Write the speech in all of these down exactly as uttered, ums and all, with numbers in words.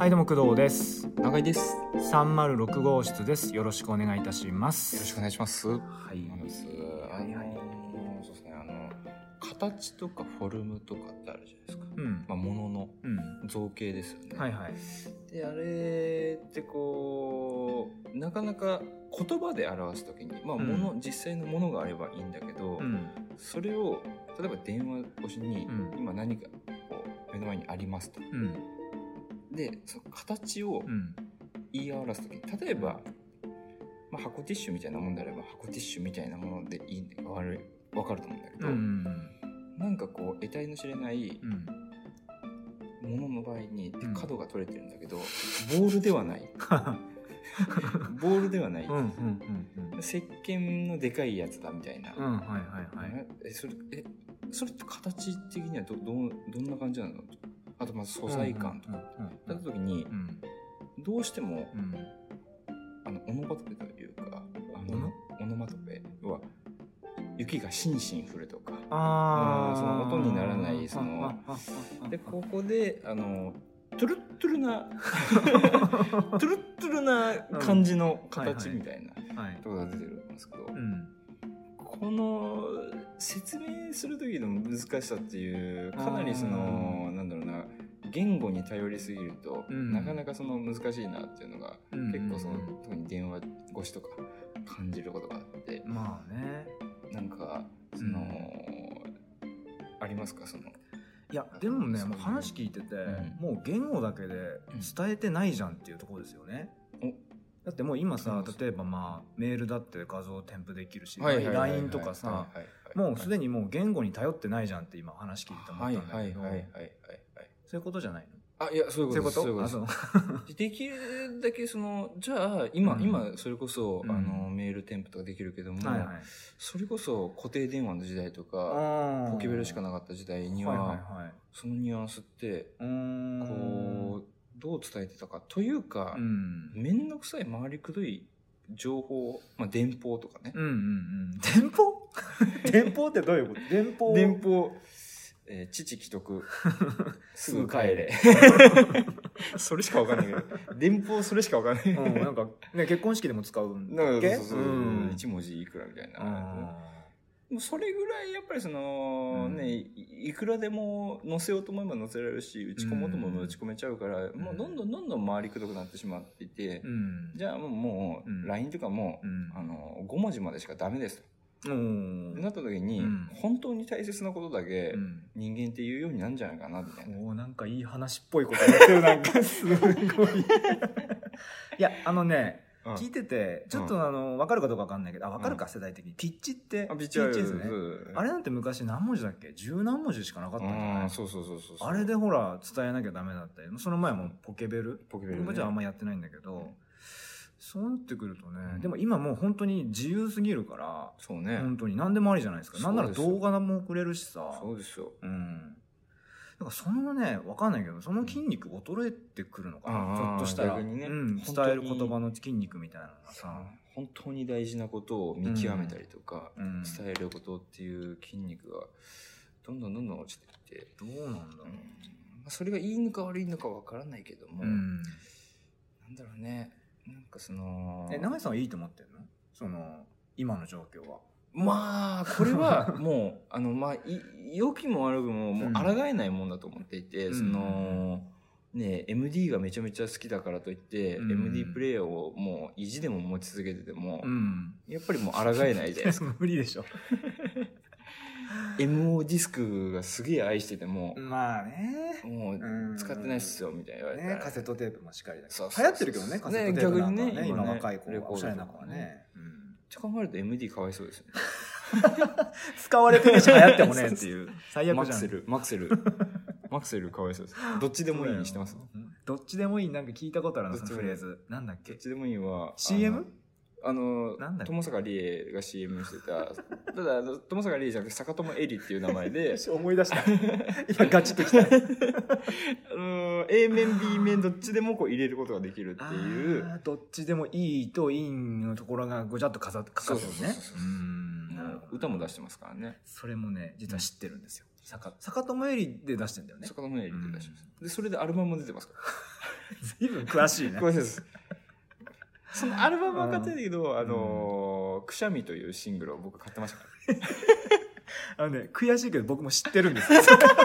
はいどうも工藤です。 中井です。 さんまるろく号室です。よろしくお願いいたします。 よろしくお願いします。 はい。 はいはい。そうですね。あの形とかフォルムとかってあるじゃないですか。 うん。 まあ物の造形ですよね。 うん、はいはい。 であれってこうなかなか言葉で表すときに、まあ物、うん、実際のものがあればいいんだけど、うん、それを例えば電話越しに、うん、今何かこう目の前にありますと。うんでその形を言い表すときに、例えば、まあ、箱ティッシュみたいなもんであれば箱ティッシュみたいなものでいいわかると思うんだけど、うん、なんかこう得体の知れないものの場合に角が取れてるんだけど、うん、ボールではないボールではない、うんうんうんうん、石鹸のでかいやつだみたいな、うんはいはいはい、えそれえそれって形的には ど, ど, どんな感じなの？あとまず素材感とかだった時に、どうしても、うん、あのオノマトペというかあのオノマトペは雪がしんしん降るとか、あその音にならないそのでここであのトゥルットゥルなトゥルットゥルな感じの形みたいなところが出てるんですけど、この説明する時の難しさっていうかなりそのなんだろうな言語に頼りすぎると、うん、なかなかその難しいなっていうのが、うん、結構その特に電話越しとか感じることがあって、 まあねなんかその、うん、ありますかそのいやでもねもう話聞いてて、うん、もう言語だけで伝えてないじゃんっていうところですよね、うん、だってもう今さ例えばまあメールだって画像添付できるし ライン とかさもうすでにもう言語に頼ってないじゃんって今話聞いてて思ったんだけどそういうことじゃないの？ あいやそういうことです。そういうことできるだけそのじゃあ今、うん、今それこそ、うん、あのメール添付とかできるけども、はいはい、それこそ固定電話の時代とかポケベルしかなかった時代には、はいはいはい、そのニュアンスってこうどう伝えてたかというか、うん、めんどくさい回りくどい情報、まあ、電報とかね、 うんうんうん、電報電報ってどういうこと？電報電報えー、父既得すぐ帰れそれしかわかんないけど電報それしかわかんない、 うん、なんか、ね、結婚式でも使うんだっけ？そうそうそう、うん、 一文字いくらみたいな、もうそれぐらいやっぱりその、うん、ねいくらでも載せようと思えば載せられるし打ち込もうと思えば打ち込めちゃうから、うん、もうどんどんどんどん回りくどくなってしまっていて、うん、じゃあもう、もう ライン とかも、うん、あのご文字までしかダメですとうん、なった時に、うん、本当に大切なことだけ人間って言うようになるんじゃないかなみたいな、 うん、おなんかいい話っぽいこと言ってるなんかすごいいやあのね、うん、聞いててちょっとあの、うん、分かるかどうか分かんないけどあ分かるか、うん、世代的にピッチってピッチですね、 あれなんて昔何文字だっけ十何文字しかなかったんじゃない？ あそうそうそうそうあれでほら伝えなきゃダメだったりその前もポケベルポケベル、ね、僕じゃあんまやってないんだけど、うんそうなってくるとね、うん、でも今もう本当に自由すぎるからそうね本当に何でもありじゃないですか。なんなら動画も送れるしさそうですよ、 うん、だからそのね分かんないけどその筋肉衰えてくるのかな、うん、ちょっとしたら、ねうん、伝える言葉の筋肉みたいなのがさ本当に大事なことを見極めたりとか、うん、伝えることっていう筋肉がどんどんどんどん落ちていってどうなんだろう、うん、 それがいいのか悪いのか分からないけども、うん、なんだろうねなんかそのえ永井さんはいいと思ってるのその今の状況は？ まあこれはもうあのまあ良きも悪くももう抗えないもんだと思っていて、うん、そのね エムディー がめちゃめちゃ好きだからといって、うん、エムディー プレイヤーをもう意地でも持ち続けてても、うん、やっぱりもう抗えないじゃないですか無理でしょエムオー ディスクがすげえ愛しててもまあねもう使ってないっすよみたいな言われたら、 ね、カセットテープもしっかりだけど流行ってるけどねカセットテープなんかはね、ね今若い子はおしゃれな子はね、うん、 って考えると エムディー かわいそうですよね使われてるし流行ってもねっていう最悪じゃん。 マクセルマクセルマクセルかわいそうです。どっちでもいいにしてます。 どっちでもいいなんか聞いたことあるのそのフレーズなんだっけ？ どっちでもいいはシーエム？ あの友坂理恵が シーエム してたただ友坂理恵じゃなくて坂友絵里っていう名前で思い出した今ガチッときたあの A 面 B 面どっちでもこう入れることができるっていうあどっちでもいいとインのところがごちゃっとかかってるね。 歌も出してますからね。 それもね実は知ってるんですよ、 坂坂友エリで出してんだよね。 坂友エリで出してます、うん、でそれでアルバムも出てますから随分詳しいね。 詳しいです。そのアルバムは買ってないけど、あのー、くしゃみというシングルを僕買ってましたからあのね、悔しいけど僕も知ってるんですよ。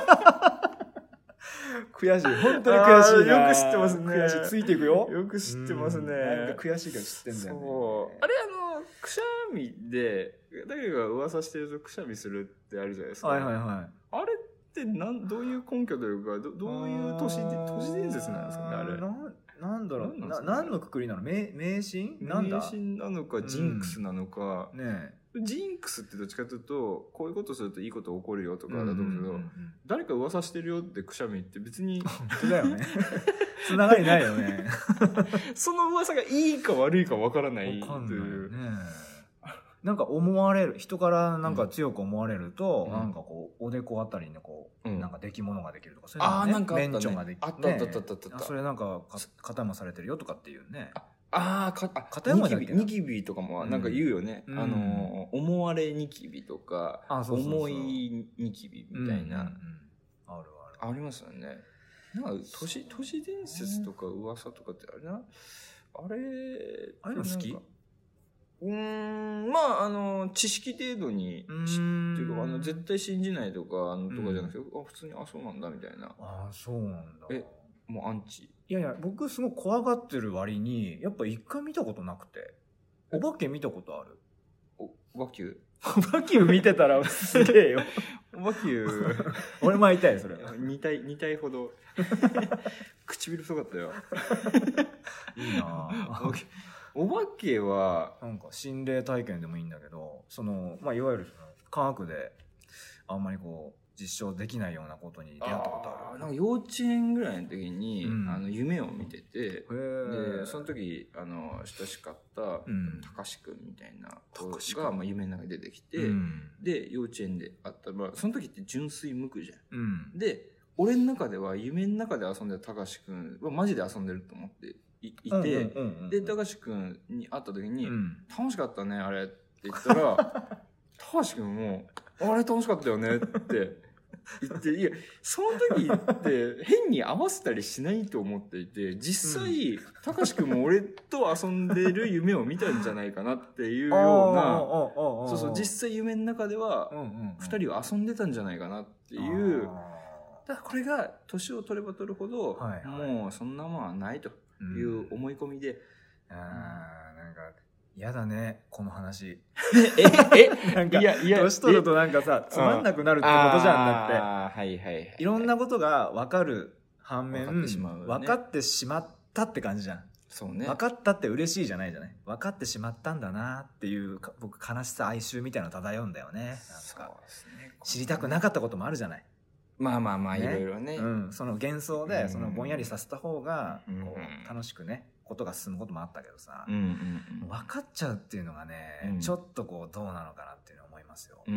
悔しい。本当に悔しいな。 よく知ってますね。 悔しい。ついていくよ。 よく知ってますね。 なんか悔しいけど知ってんだよね。 そう。あれあの、くしゃみで、誰かが噂してるとくしゃみするってあるじゃないですか。 はいはいはい。 あれってなん、どういう根拠というか、ど, どういう都市、都市伝説なんですかね、あれ。 ななんだろう。な、何のくくりなの？迷、迷信？ なんだ？迷信なのか、ジンクスなのか。 うん、ねえ。 ジンクスってどっちかというと、こういうことするといいこと起こるよとかだと思うけど、うんうんうん、誰か噂してるよってくしゃみって別に。 本当だよね。つながりないよね。 その噂がいいか悪いか分からないという。 わかんないよね。なんか思われる、人からなんか強く思われると、うん、なんかこう、おでこあたりにこう、うん、なんか出来物ができるとか、そういうのね。ああ、なんかあったね。免除ができる、ね。 あったあったあったあった。 それなんか、肩もされてるよとかっていうね。 ああ、か、あ、片山だっけな。ニキビとかもなんか言うよね。うん、あの、思われニキビとか、あ、そうそうそう、重いニキビみたいな、うんうんうん。あるある。ありますよね。なんか、都市、都市伝説とか噂とかってあれな。あれ、 あれの好き？ うーん、まあ、あの、知識程度に、知っていうか、あの、絶対信じないとか、あの、とかじゃなくて、うん、あ、普通に、あ、そうなんだ、みたいな。 ああ、そうなんだ。 え、もうアンチ？ いやいや、僕すごい怖がってる割に、やっぱ一回見たことなくて。お化け見たことある？ お、おばきゅう？ おばきゅう見てたらすげえよ。 おばきゅう。 俺も会いたい、それ。 に体、に体ほど。唇太かったよ。 いいなぁ。 お化けは、 なんか心霊体験でもいいんだけど、その、まあ、いわゆるその科学であんまりこう、実証できないようなことに出会ったことある。 なんか幼稚園ぐらいの時に、うん、あの夢を見てて、でその時あの親しかったたかしくんみたいな子が、まあ、夢の中に出てきて、うん、で幼稚園で会った、まあ、その時って純粋無垢じゃん、うん、で俺の中では夢の中で遊んでたたかしくんはマジで遊んでると思ってい, いて、でたかしくんに会った時に、うん、楽しかったねあれって言ったらたかしくんもあれ楽しかったよねって言って、いや、その時って変に合わせたりしないと思っていて、実際、たかしくんも俺と遊んでる夢を見たんじゃないかなっていうような、そうそう、実際夢の中では、二人は遊んでたんじゃないかなっていう、だからこれが年を取れば取るほど、はいはい、もうそんなもんはないという思い込みで、うん、 あなんか、やだね、この話。 え、え、 なんか、いや、いや、年取るとなんかさ、つまんなくなるってことじゃんだって。 ああ、はいはいはい。 いろんなことが分かる反面、分かってしまう、ね。分かってしまったって感じじゃん。 そうね。 分かったって嬉しいじゃないじゃない。分かってしまったんだなっていう、僕、悲しさ、哀愁みたいなの漂うんだよね。なんか。そうですね。知りたくなかったこともあるじゃない。 まあまあまあ、ね、いろいろね。 うん。その幻想で、そのぼんやりさせた方が、こう、楽しくね。ことが進むこともあったけどさ、うんうんうん、分かっちゃうっていうのがね、うん、ちょっとこうどうなのかなっていうのを思いますよ、うん、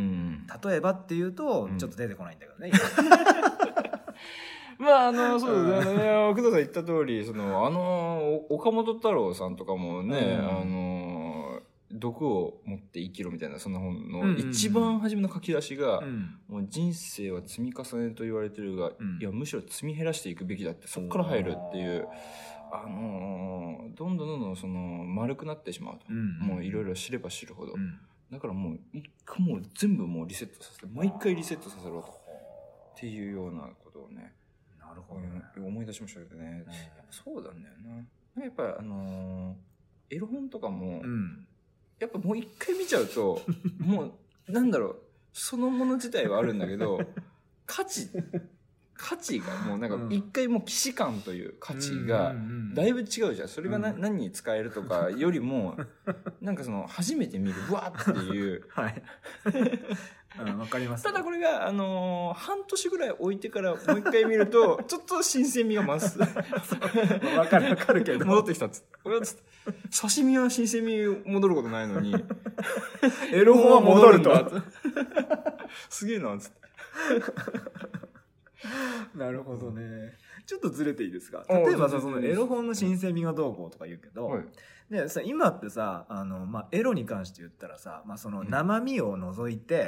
例えばっていうと、うん、ちょっと出てこないんだけどね、 まああのそうですね、工藤さん言った通りそのあの岡本太郎さんとかもね、うん、あの毒を持って生きろみたいなその本の一番初めの書き出しが、うん、もう人生は積み重ねと言われてるが、うん、いやむしろ積み減らしていくべきだってそこから入るっていう。あのー、どんどんどんどんその丸くなってしまうと、うん、もういろいろ知れば知るほど、うん、だからもう一回もう全部もうリセットさせて毎回リセットさせろとっていうようなことをねなるほどね、 うん、思い出しましたけどね、うん、やっぱそうなんだよなやっぱあのー、エロ本とかも、うん、やっぱもう一回見ちゃうともうなんだろうそのもの自体はあるんだけど価値価値がもうなんか一回もう既視感という価値がだいぶ違うじゃん。それがな、うん、何に使えるとかよりもなんかその初めて見るうわっていうはい、うん、わかります。 ただこれがあのー、半年ぐらい置いてからもう一回見るとちょっと新鮮味が増す。 わかるわかるけど戻ってきたっつって。俺はつって刺身は新鮮味戻ることないのにエロ本は戻るとすげえなっつって。 なるほどね。ちょっとずれていいですか。例えばさ、そのエロ本の新鮮味がどうこうとか言うけど、はい、でさ今ってさ、あのまあエロに関して言ったらさ、まあその生身を除いて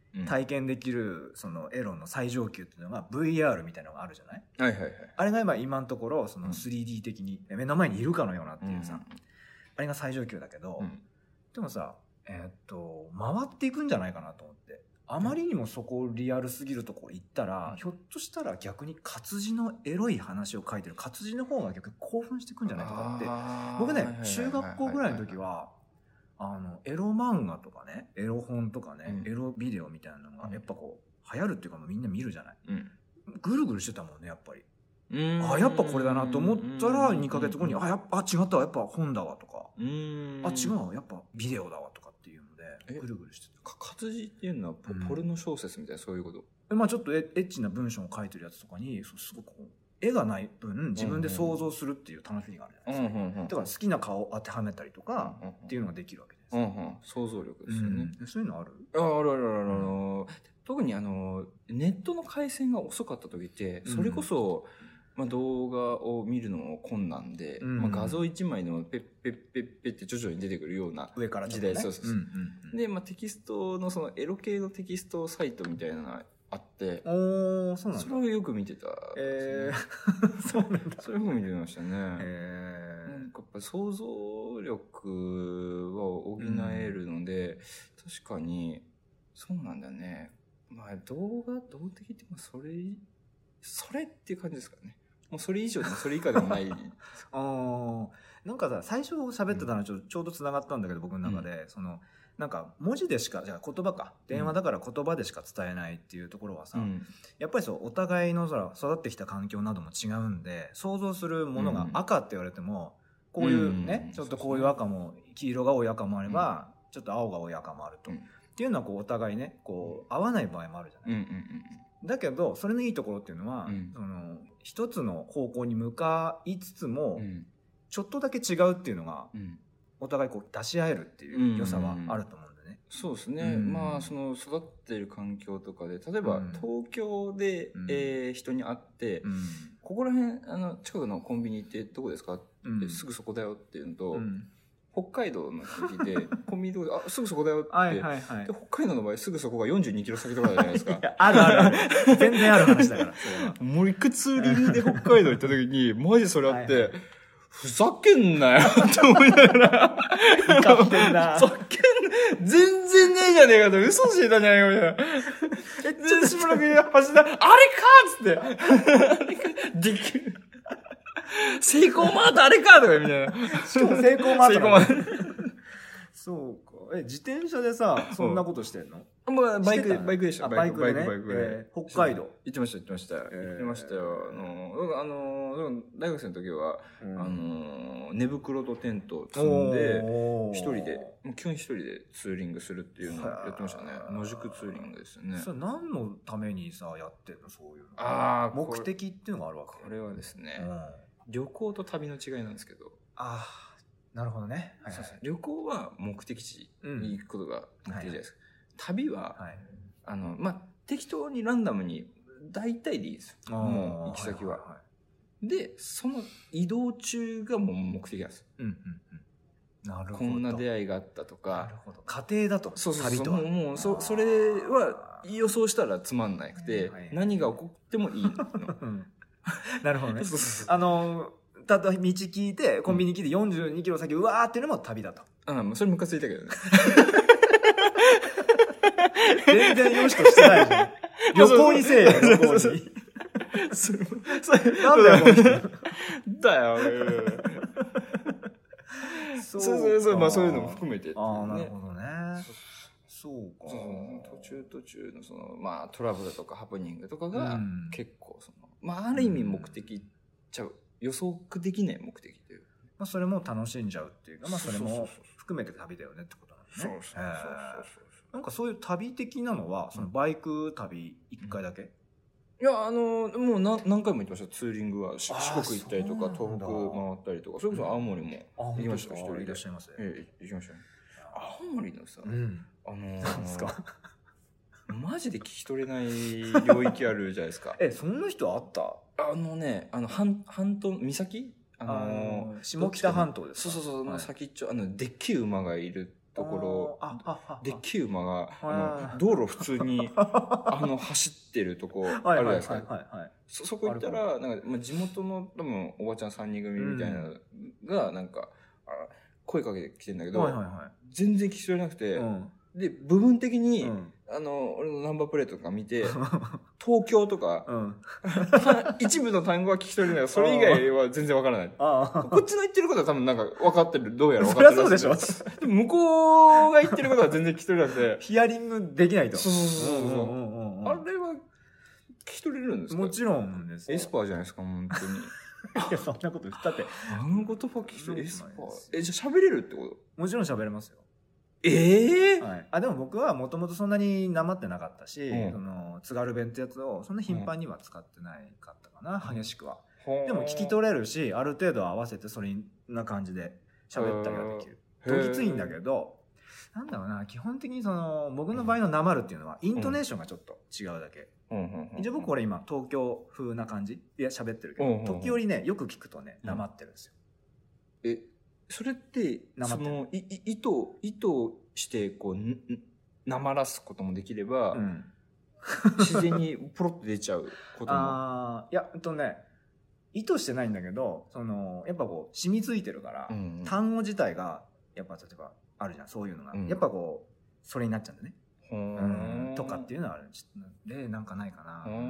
体験できるそのエロの最上級っていうのが ブイアール みたいなのがあるじゃない、 はいはいはい、 あれが今今のところその スリーディー 的に目の前にいるかのようなっていうさ、うん、あれが最上級だけど、うん、でもさえー、っと回っていくんじゃないかなと思って、あまりにもそこリアルすぎるとこ行ったら、うん、ひょっとしたら逆に活字のエロい話を書いてる活字の方が逆に興奮してくんじゃないとかって、僕ね中学校ぐらいの時はあのエロ漫画とかねエロ本とかね、うん、エロビデオみたいなのがやっぱこう流行るっていうかみんな見るじゃない、うん、ぐるぐるしてたもんねやっぱり。あやっぱこれだなと思ったらにかげつごにあやっぱあ違ったわやっぱ本だわとかあ違うわやっぱビデオだわとかっていうのでぐるぐるしてた。 活字っていうのは ポ,、うん、ポルノ小説みたいなそういうこと？ まあちょっとエッチな文章を書いてるやつとかにすごく絵がない分自分で想像するっていう楽しみがあるじゃないですか、うんうんうん、だから好きな顔を当てはめたりとかっていうのができるわけです、 うんうん、想像力ですよね、 うん、そういうのある？ ああるあるあるある、うん、特にあのネットの回線が遅かった時ってそれこそ、うんまあ、動画を見るのも困難で、うんまあ、画像いちまいのペッペッペッペッって徐々に出てくるような上から時代、ね、そうそうそう、うんうんうん、で、まあ、テキストのそのエロ系のテキストサイトみたいなのがあっておそうなんだ、 それをよく見てた、ね、 えー、そうなんだそれをよく見てましたね、えー、なんかやっぱ想像力を補えるので、うん、確かにそうなんだね。まあ動画動的ってそれそれっていう感じですかね。もうそれ以上でもそれ以下でもないあなんかさ最初喋ってたのはちょ,、うん、ちょうどつながったんだけど僕の中で、うん、そのなんか文字でしかじゃあ言葉か電話だから言葉でしか伝えないっていうところはさ、うん、やっぱりそうお互いのさ育ってきた環境なども違うんで想像するものが赤って言われても、こういうね、うん、ちょっとこういう赤も黄色が多い赤もあれば、うん、ちょっと青が多い赤もあると、うん、っていうのはこうお互いねこう合わない場合もあるじゃない、うんうんうん、だけどそれのいいところっていうのは、うん、その一つの方向に向かいつつも、うん、ちょっとだけ違うっていうのが、うんお互いこう出し合えるっていう良さはあると思うんでね、 うん、そうですね、うん、まあその育っている環境とかで例えば東京で、うんえー、人に会って、うん、ここら辺あの近くのコンビニってどこですかって、うん、すぐそこだよっていうのと、うん、北海道の人聞いてコンビニどこであすぐそこだよってはいはい、はい、で北海道の場合すぐそこがよんじゅうにキロ先とかじゃないですかあるあるある全然ある話だからもう一回ツーリングで北海道行った時にマジそれあって、はいはいふざけんなよって思いながら。 怒ってんな。 ふざけんな。全然ねえじゃねえかと。嘘ついたんじゃねえかみたいな。え、ちょっとしばらく走った。あれかっつって。できる。セイコーマートあれかとかみたいな。 しかもセイコーマート。セイコーマート。そうか。え、自転車でさ、そんなことしてんの？ もうバイク、バイクでした。 バイクでね。 バイクで、 えー、北海道。 行ってました、行ってました。行ってましたよ。あの、あの、大学生の時は、うん、あの、寝袋とテントを積んで、一人で、もう基本一人でツーリングするっていうのをやってましたね。野宿ツーリングですよね。 それ何のためにさ、やってんのそういうの。ああ、目的っていうのがあるわけ。 これはですね、うん、旅行と旅の違いなんですけど。 ああ、なるほどね。 はいはい、旅行は目的地に行くことが目的じゃないですか。うんはい旅は、はい、あの、まあ、適当にランダムに、大体でいいですよ。もう、行き先は、はいはいはい。で、その移動中がもう目的なんです。うんうんうん。なるほど。こんな出会いがあったとか。 なるほど。家庭だと。 そうそうそう。旅とはもう、もうそ、それは予想したらつまんなくて、はいはい、何が起こってもいいの。 なるほどね。あの、ただ道聞いて、コンビニ聞いてよんじゅうにキロ先、うわーっていうのも旅だと。 うん、それムカついたけどね。 全然よしとしてないじゃん。旅行にせえよ、旅行に。それ、なんだよ、この人。 だよ。そうそうそう、まあそういうのも含めて。 ああ、なるほどね。そうか。 途中途中のその、まあトラブルとかハプニングとかが結構その、まあある意味目的ちゃう。予測できない目的という。 まあそれも楽しんじゃうっていうか、まあそれも含めて旅だよねってことなんですね。 そうそうそうそう。 なんかそういう旅的なのは、そのバイク旅一回だけ、うん、 いや、あの、もう何何回も行ってました。ツーリングは。四国行ったりとか、東北回ったりとか、それこそ青森も行きました、一人で。 いらっしゃいませ。 ええ、行きましたね。青森のさ、うん、あのー、 なんですかマジで聞き取れない領域あるじゃないですか。 え、そんな人あった？ あのね、あの、半、半島、岬あのー、下北半島ですか？そうそうそう、はい、先っちょ、あの、でっけえ馬がいるところでっけえ馬があの道路普通にあの走ってるとこあるじゃないですか。そこ行ったらなんか、まあ、地元の多分おばちゃんさんにん組みたいなのがなんか、うん、声かけてきてんだけど、はいはいはい、全然聞き取れなくて、うん、で部分的に、うん、あの俺のナンバープレートとか見て東京とか、うん、一部の単語は聞き取れないけどそれ以外は全然わからない。こっちの言ってることは多分なんか分かってる、どうやら分かってるらしい。そりゃそうでしょ。でも向こうが言ってることは全然聞き取れなくてヒアリングできないと。そうそうそうそう。 あれは聞き取れるんですか？ もちろんです。 エスパーじゃないですか本当に。 いやそんなこと言ったって。 あの言葉聞き取れるエスパー。えじゃあ喋れるってこと？ もちろん喋れますよ。 ええーはい、あでも僕はもともとそんなになまってなかったし、うん、その津軽弁ってやつをそんな頻繁には使ってないかったかな、うん、激しくは。でも聞き取れるしある程度合わせてそれな感じで喋ったりはできる。どぎついんだけどなんだろうな、基本的にその僕の場合のなまるっていうのはイントネーションがちょっと違うだけ。一応僕これ今東京風な感じいや喋ってるけど時折ねよく聞くとねなまってるんですよ。 えそれってそのい意図意図してこうなまらすこともできれば、うん、自然にポロッと出ちゃうことも。 あいやえっとね意図してないんだけどそのやっぱこう染みついてるから、うんうん、単語自体がやっぱ例えばあるじゃんそういうのが、うん、やっぱこうそれになっちゃうんだね。うんとかっていうのはある。ちょっと例なんかないかな。うん、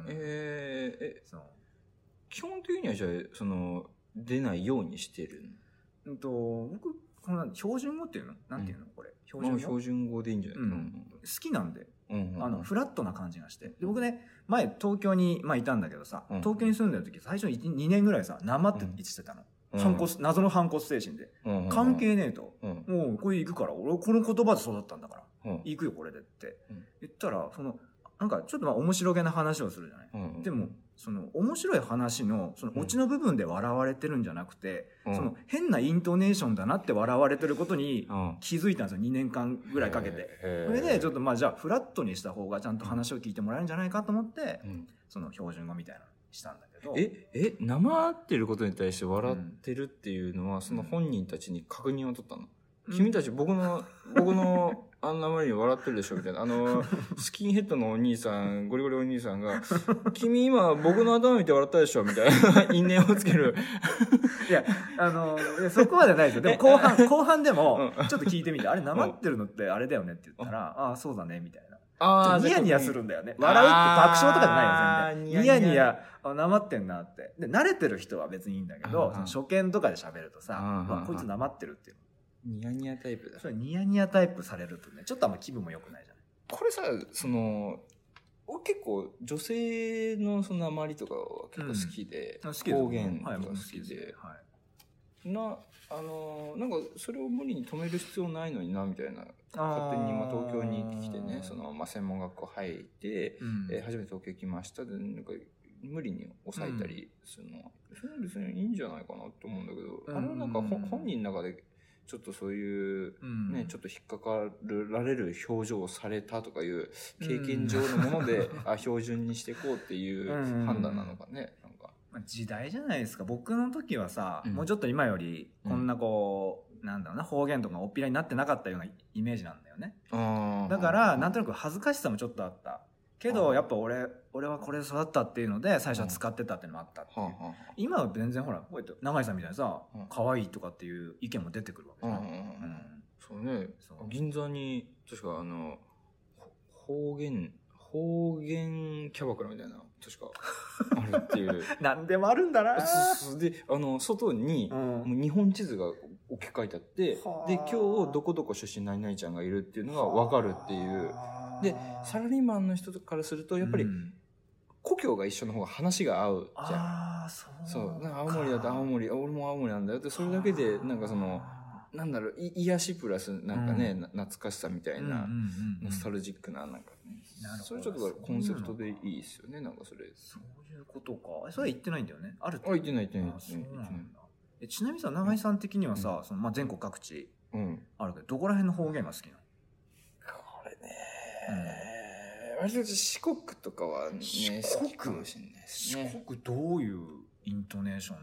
えー、えそう基本的にはじゃあその出ないようにしてる。 うんと僕この標準語っていうのなんていうの、うん、これ標準語、標準語でいいんじゃない、うん、 好きなんで、うんうんうん、あのフラットな感じがしてで僕ね前東京に、まあ、いたんだけどさ、うん、東京に住んでる時最初にねんぐらいさなまって言ってたの、うん、反骨謎の反骨精神で、うんうんうん、関係ねえと、うん、もうこれ行くから俺この言葉で育ったんだから、うん、行くよこれでって言ったらそのなんかちょっとまあ面白げな話をするじゃない、うんうん、でもその面白い話のそのオチの部分で笑われてるんじゃなくて、うん、その変なイントネーションだなって笑われてることに気づいたんですよ、にねんかんぐらいかけて。それでちょっとまあじゃあフラットにした方がちゃんと話を聞いてもらえるんじゃないかと思って、うん、その標準語みたいなのにしたんだけど。 ええなまってることに対して笑ってるっていうのは、うん、その本人たちに確認を取ったの、うん、君たち僕の僕のあんなまりに笑ってるでしょみたいな。あの、スキンヘッドのお兄さん、ゴリゴリお兄さんが、君今僕の頭見て笑ったでしょみたいな因縁をつける。 いや、あの、そこまでないですよ。でも後半、後半でも、ちょっと聞いてみて、あれ、なまってるのってあれだよねって言ったら、ああ、そうだね、みたいな。ああ、ニヤニヤするんだよね。笑うって爆笑とかじゃないよ、全然。ニヤニヤ、なまってんなって。で、慣れてる人は別にいいんだけど、初見とかで喋るとさ、まあ、こいつなまってるっていう。 ニヤニヤタイプだ。 それニヤニヤタイプされるとね、ちょっとあんま気分も良くないじゃない。 これさ、その、俺結構女性のその訛りとかは結構好きで、うん、方言とか好きで、はい、な、あの、なんかそれを無理に止める必要ないのにな、みたいな。勝手に今東京に来てね、その、まあ、専門学校入って、うん、えー、初めて東京来ましたで、なんか無理に抑えたりするのは、うん、それは別にいいんじゃないかなって思うんだけど、うん、あれはなんか本人の中で、ちょっとそういう、ね、うん、ちょっと引っかかられる表情をされたとかいう経験上のもので、うん、あ、標準にしていこうっていう判断なのかね。なんか時代じゃないですか。僕の時はさ、うん、もうちょっと今よりこんなこう、うん、なんだろうな、方言とかおっぴらになってなかったようなイメージなんだよね。だからなんとなく恥ずかしさもちょっとあった。けどやっぱ俺俺はこれで育ったっていうので最初は使ってたっていうのもあったっていう、うん、今は全然ほらこうやって永井さんみたいにさ、うん、可愛いとかっていう意見も出てくるわけじゃん、うんうんうん、 そうね。そう銀座に確かあの方言方言キャバクラみたいな確かあるっていう何でもあるんだな。 であの外に、うん、もう日本地図が置き換えてあって、で今日どこどこ出身何々ちゃんがいるっていうのが分かるっていう。でサラリーマンの人からするとやっぱり故郷が一緒の方が話が合うじゃん。ああ、そうか。そう。なんか青森だと青森、俺も青森なんだよってそれだけでなんかそのなんだろう癒しプラスなんかね、うん、懐かしさみたいなノスタルジックななんかね。それちょっとコンセプトでいいですよね。なんかそれ。 そういうことか。それは言ってないんだよね。あるって。 あ、言ってない言ってない。 そうなんだ。えちなみにさ永井さん的にはさ、うん、そのまあ全国各地あるけど、どこら辺の方言が好きなの？ これね。うん、割と四国とかはね好きかもしれないですね。 四国どういうイントネーション？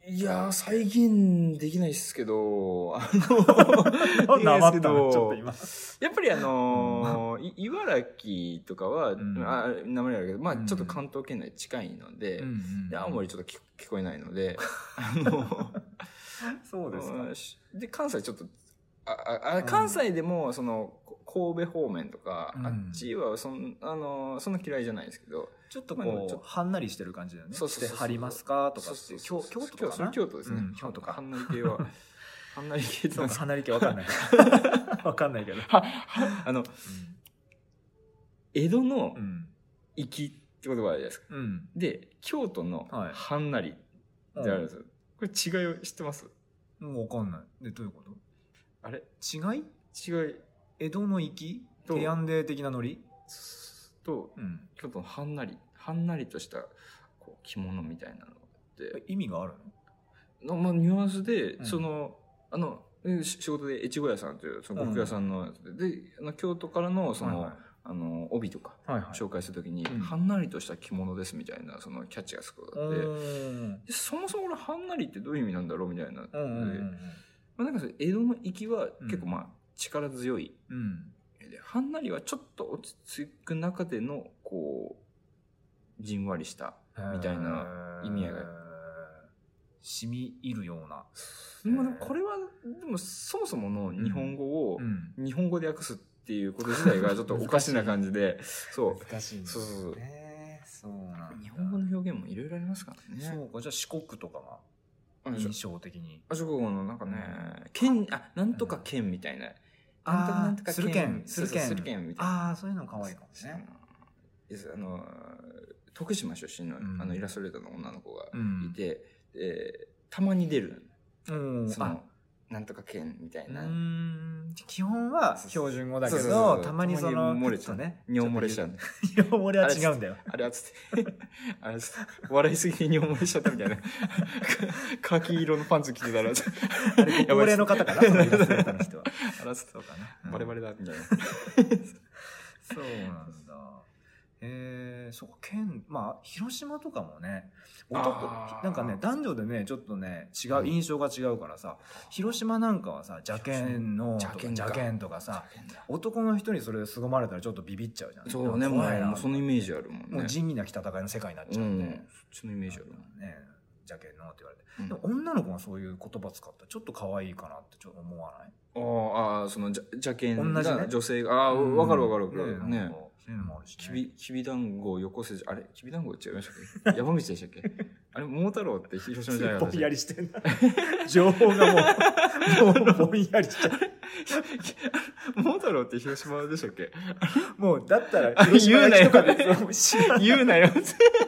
いやー、再現できないですけど、あの、 なまったちょっと今。 やっぱりあのー、茨城とかは、うん、あ、名前あるけど、まあちょっと関東圏内近いので、うん、で青森ちょっと聞聞こえないので、あの、 そうですか。 で、関西ちょっと、ああ関西でも、その、神戸方面とか、うん、あっちはそん、あの、そんな嫌いじゃないですけど、 ちょっとこう、ちょっとはんなりしてる感じだよね。そうそうそう。貼りますかとかっていう。京都とかな。 京都ですね。京都か。はんなり系は。はんなり系ってはんなり系わかんない。わかんないけど。 あの、江戸の粋って言葉あるじゃないですか。で、京都のはんなりってあるんですよ。これ違いを知ってます？ もうわかんない。で、どういうこと？ あれ？ 違い？ 違い。 江戸の粋？テヤンデー的なノリ？ と、うん、京都のはんなりはんなりとしたこう着物みたいなのって意味があるの？まあニュアンスで、うん、そのあの仕事で越後屋さんというその呉服屋さんのやつで、うん、であの京都からのその、はいはい、あの帯とか紹介するときに、はいはい、はんなりとした着物ですみたいなそのキャッチがすごくあって、うん、でそもそも俺はんなりってどういう意味なんだろうみたいな、うんうんうん、まあ、なんか江戸の粋は結構まあ力強い。うん、はんなりはちょっと落ち着く中でのこうじんわりしたみたいな意味合いが染み入るような。 まあ、これはでもそもそもの日本語を日本語で訳すっていうこと自体がちょっとおかしな感じで、そう難しいんですね。 そうそうそうなんだ。 日本語の表現もいろいろありますからね。 そうか、じゃあ四国とかが印象的に。 あ、四国のなんかね、県、あ、なんとか県みたいな。 なんとかなんとかするけん、するけん、するけんみたいな。 ああ、そういうの可愛いかもね。 あの、徳島出身のあのイラストレーターの女の子がいて、でたまに出る。その、なんとか県みたいな。 基本は標準語だけど、たまにその、 漏れちゃうね。尿漏れしちゃう。 尿漏れは違うんだよ。 あれはつって、あれ笑いすぎて尿漏れしちゃったみたいな。カキ色のパンツ着てたら、 あれ、高齢の方かな、そのイラストレーターの人は。 あら、そうかな。バレバレだ、みたいな。 そうなんだ。えー、そうか、県、まあ、広島とかもね、男、なんかね、男女でね、ちょっとね、違う、印象が違うからさ、広島なんかはさ、邪剣の、邪剣とかさ、男の人にそれで凄まれたらちょっとビビっちゃうじゃん。 そうね、もう、そのイメージあるもんね。 もう仁義なき戦いの世界になっちゃうんで。 そのイメージあるもんね。邪剣のって言われて。でも女の子がそういう言葉使ったらちょっと可愛いかなってちょっと思わない？ ああ、その邪剣が女性が、ああ、わかるわかる。ね。きび、きびだんごをよこせ、あれきびだんご違いましたっけ？山口でしたっけ？あれ、桃太郎って広島じゃないかぼんやりしてんだ。情報がもう、もうぼんやりしちゃう。桃太郎って広島でしたっけ？ もう、だったら、広島焼きとかで言うなよ。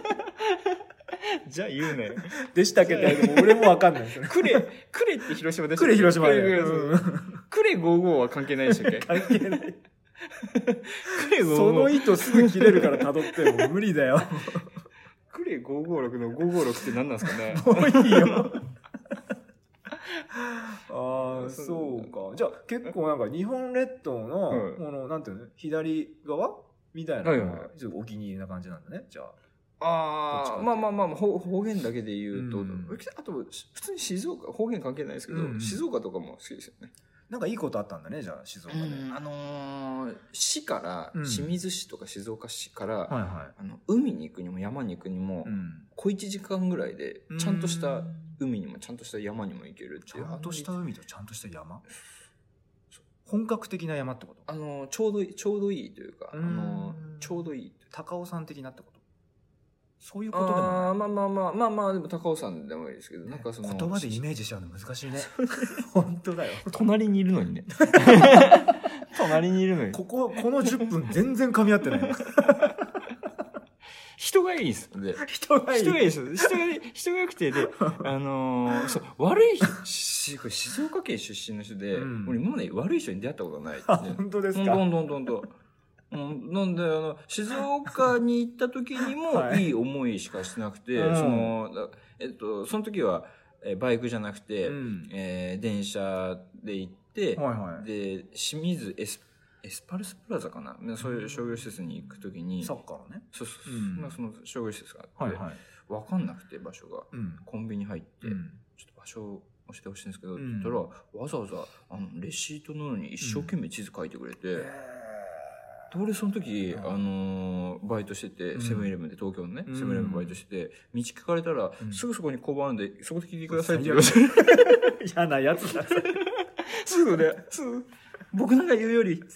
じゃあ言うなよ。 でしたけど、でも俺もわかんないですよね。 クレ、クレって広島でしたっけ？ クレ広島で。 クレごじゅうごは関係ないでしたっけ？ 関係ない。その糸すぐ切れるから辿っても無理だよ。 クレごひゃくごじゅうろくのごひゃくごじゅうろくって何なんですかね？ もういいよ。ああ、そうか。じゃあ結構なんか日本列島の、この、なんていうの、左側みたいなのがちょっとお気に入りな感じなんだね、じゃあ。 ああ、まあまあまあ、方言だけで言うと、あと、普通に静岡、方言関係ないですけど、静岡とかも好きですよね。 なんかいいことあったんだね、じゃあ、静岡で。 うん、あのー、市から、うん、清水市とか静岡市から、はいはい、あの海に行くにも山に行くにも、うん、小いちじかんぐらいで、ちゃんとした海にもちゃんとした山にも行けるっていう。 ちゃんとした海とちゃんとした山？本格的な山ってこと？ あのー、ちょうどいい、ちょうどいいというか、あのー、ちょうどいい。 高尾山的なってこと？そういうことでもない。 ああ、まあまあまあ、まあまあ、でも高尾山でもいいですけど、ね、なんかその。 言葉でイメージしちゃうの難しいね。本当だよ。 隣にいるのにね。隣にいるのに。 ここ、このじゅっぷん全然噛み合ってない。 人がいいです。で人がいい。 人がいいです。人が、人が良くて、で、あのー、そう、悪い人、これ静岡県出身の人で、うん、俺今まで悪い人に出会ったことがない。 本当ですか？ どんどんどんどん。うん、なんで、あの、静岡に行った時にもいい思いしかしてなくて、はい、その、えっと、その時は、えバイクじゃなくて、うん、えー、電車で行って、はいはい、で、清水エス、エスパルスプラザかな、そういう商業施設に行く時に、 サッカーのね。 そうそう、うん、まあ、その商業施設があって、はいはい、わかんなくて場所が、うん、コンビニ入って、うん、 場所を教えてほしいんですけど、って言ったら、わざわざ、あの、レシートなのに一生懸命地図書いてくれて、で、俺その時、あのー、バイトしてて、セブンイレブンで、東京のね、セブンイレブンバイトしてて、道聞かれたら、すぐそこに交番あるんで、そこで聞いてくださいって言われて。 嫌なやつだ。 すぐね、すぐ、僕なんか言うより、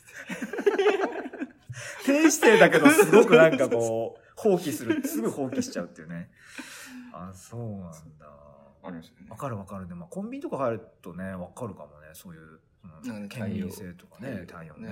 低姿勢だけど、すごくなんかこう、放棄する。すぐ放棄しちゃうっていうね。あ、そうなんだ。 ありますよね。 わかるわかる。でも、コンビニとか入るとね、わかるかもね。そういう、県民性とかね、対応ね。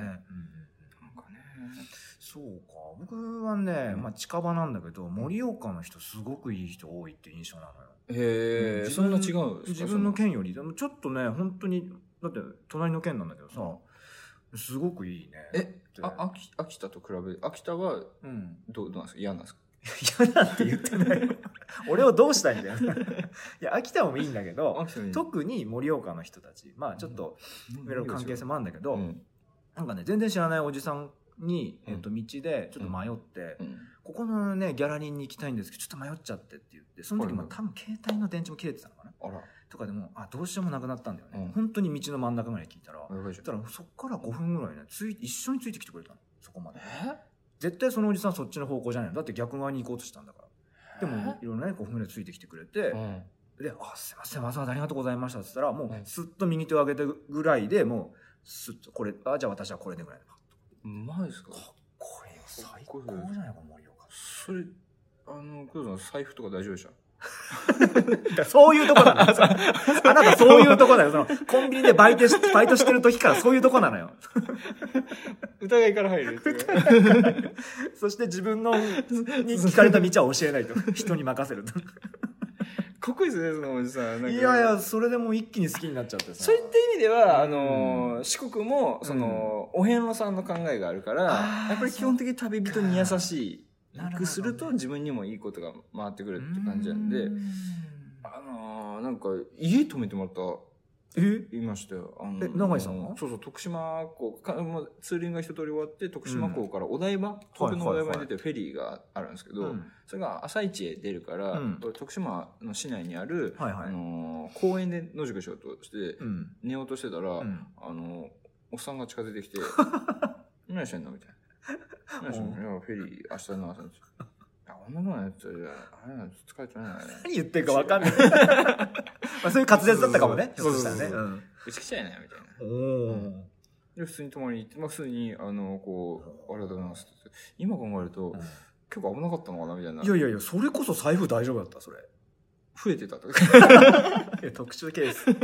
そうか。僕はね、まあ近場なんだけど、盛岡の人すごくいい人多いって印象なのよ。 へえ、そんな違う？ 自分の県より、でもちょっとね、本当に、だって隣の県なんだけどさ、すごくいいね。 え、あ、秋、秋田と比べ、秋田は、うん、どう、どうなんですか？嫌なんですか？ 嫌なんて言ってないよ。俺をどうしたいんだよ。いや、秋田もいいんだけど、特に盛岡の人たち、まあちょっと、いろいろ関係性もあるんだけど、うん、なんかね、全然知らないおじさんに、えっと、道でちょっと迷って、うん、ここのね、ギャラリーに行きたいんですけど、ちょっと迷っちゃってって言って、その時も多分携帯の電池も切れてたのかな。あら。とかでも、あ、どうしようもなくなったんだよね。うん、本当に道の真ん中まで聞いたら、そしたらそっからごふんぐらいね、つい一緒についてきてくれたの。そこまで。え絶対そのおじさんそっちの方向じゃないの。だって逆側に行こうとしたんだから。でも、いろんなね、ごふんぐらいついてきてくれて、うん、で、あ、すいません、わざわざありがとうございましたって言ったら、もう、すっと右手を上げてぐらいで、もう、すっと、これ、あ、じゃあ私はこれでぐらいで。 マジですか？ かっこいいよ。最高じゃないか、盛岡。 それ、あの、黒田さん、財布とか大丈夫でした？ そういうとこなのよ。あなたそういうとこだよ。そのコンビニでバイトし、バイトしてる時からそういうとこなのよ。 疑いから入る。 そして自分のに聞かれた道は教えないと。人に任せると。 かっこいいですね、そのおじさん。 いやいや、それでもう一気に好きになっちゃってさ。 そういった意味では、あの、四国も、その、お遍路さんの考えがあるから、やっぱり基本的に旅人に優しい。くすると自分にもいいことが回ってくるって感じなんで、あのー、なんか家泊めてもらったえいましたよ。あのー、 え永井さんがそうそう、徳島港か、もうツーリングが一通り終わって徳島港からお台場、うん、東京のお台場に出てフェリーがあるんですけど、はいはいはい、それが朝一へ出るから、うん、徳島の市内にある、はいはい、あのー、公園で野宿しようとして、うん、寝ようとしてたら、うん、あのー、おっさんが近づいてきて何してんのみたいな。いや、フェリー明日の朝に。いや、女のやつ、あれなん疲れてない。 何言ってるか分かんない。まあそういう滑舌だったかもね。そうそうそう。 うち来ちゃいなよ、みたいな。おー。で、普通に泊まりに行って、まあ普通に、あの、こう、ありがとうございますって。今考えると、結構危なかったのかな、みたいな。 いやいやいや、それこそ財布大丈夫だった、それ。 増えてたとか。 特殊ケース。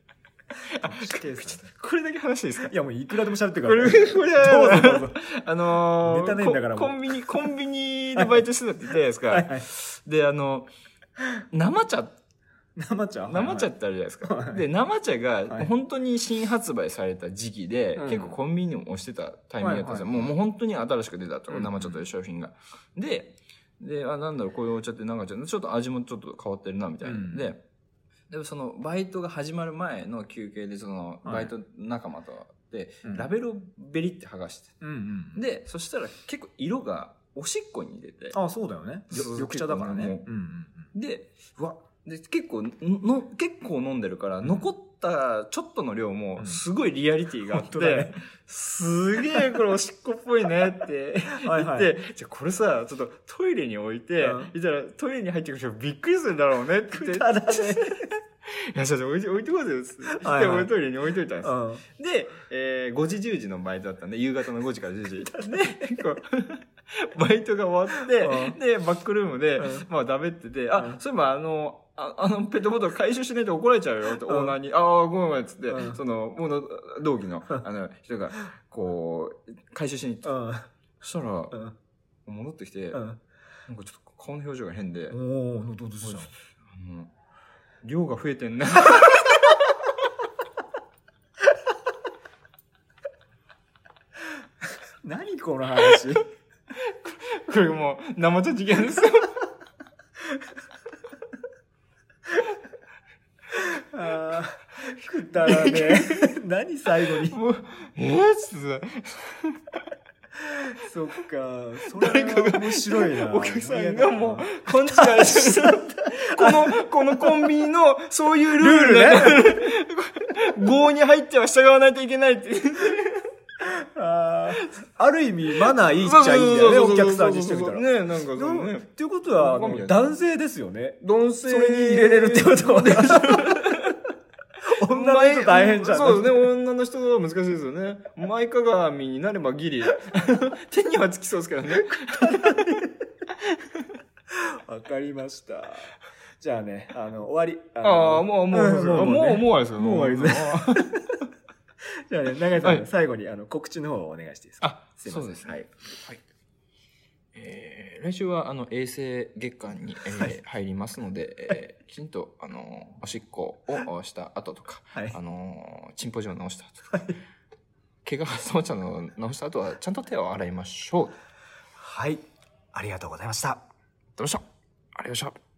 これだけ話いいですか？ いやもういくらでも喋ってるから、 ね。これ、これは、どうぞどうぞ。あのー、 ネタねえんだからコンビニ、コンビニでバイトしてたって言ったじゃないですか。はいはい、で、あの、生茶。 生茶生茶ってあるじゃないですか。はいはい、で、生茶が本当に新発売された時期で、はい、結構コンビニにも押してたタイミングだったんですよ。もう、もう本当に新しく出たと、生茶という商品が。で、で、あ、なんだろう、こういうお茶ってなんかちょっと味もちょっと変わってるな、みたいな。うん、で、でもそのバイトが始まる前の休憩でそのバイト仲間とで、はい、ラベルをベリって剥がして、うんうん、でそしたら結構色がおしっこに出て、 ああそうだよね、緑茶だからね、 うんうん、でうわで結構の結構飲んでるから、うん、残ったちょっとの量もすごいリアリティがあって、うんね、すげえこれおしっこっぽいねって言ってはい、はい、じゃあこれさちょっとトイレに置いて、うん、いたらトイレに入ってくる人びっくりするんだろうねって言ってただねいや、社長置いて、置いてこいよ。つって。はいはい、で、トイレに置いといたんです。うん、で、えー、ごじ、じゅうじのバイトだったんで、夕方のごじからじゅうじ。で、こう、バイトが終わって、うん、で、バックルームで、うん、まあ、だべってて、あ、うん、そういえば、あの、あ, あの、ペットボトル回収しないと怒られちゃうよって、うん、オーナーに、ああ、ごめんごめん、つって、うん、その、もう同期の、あの、人が、こう、回収しに行って、うん、そしたら、うん、戻ってきて、うん、なんかちょっと顔の表情が変で、 おー、どうしたの？ うん量が増えてんな何この話これもう生茶事件ですよあーくだらねえ何最後にもうえー、っつってそっか、それは面白いな。 お客さんがもう勘違いしてこのこのコンビニのそういうルールね、郷に入っては従わないといけないってあある意味マナーいいっちゃいいんだよね、お客さんにしてみたらね。なんかそうね。 っていうことは男性ですよね。 男性それに入れれるってことは女の人大変じゃん。 そうですね、女の人は難しいですよね。前かがみになればギリ手にはつきそうですけどね。 わかりました。じゃあね、あの終わり。 ああ、もうもうもうもうもう終わりですよ。 もう終わりです。じゃあね、永井さん、はい、最後にあの告知の方をお願いしていいですか。 あ、すいません。そうですね。はい。はい、えー、来週はあの衛星月間に、えーはい、入りますので、えー、きちんとあのおしっこをした後とか、はい、あのチンポジを直した後とか、はい、毛が挟まっちゃうのを直した後はちゃんと手を洗いましょう。 はい、ありがとうございました。 どうでした。ありがとうございました。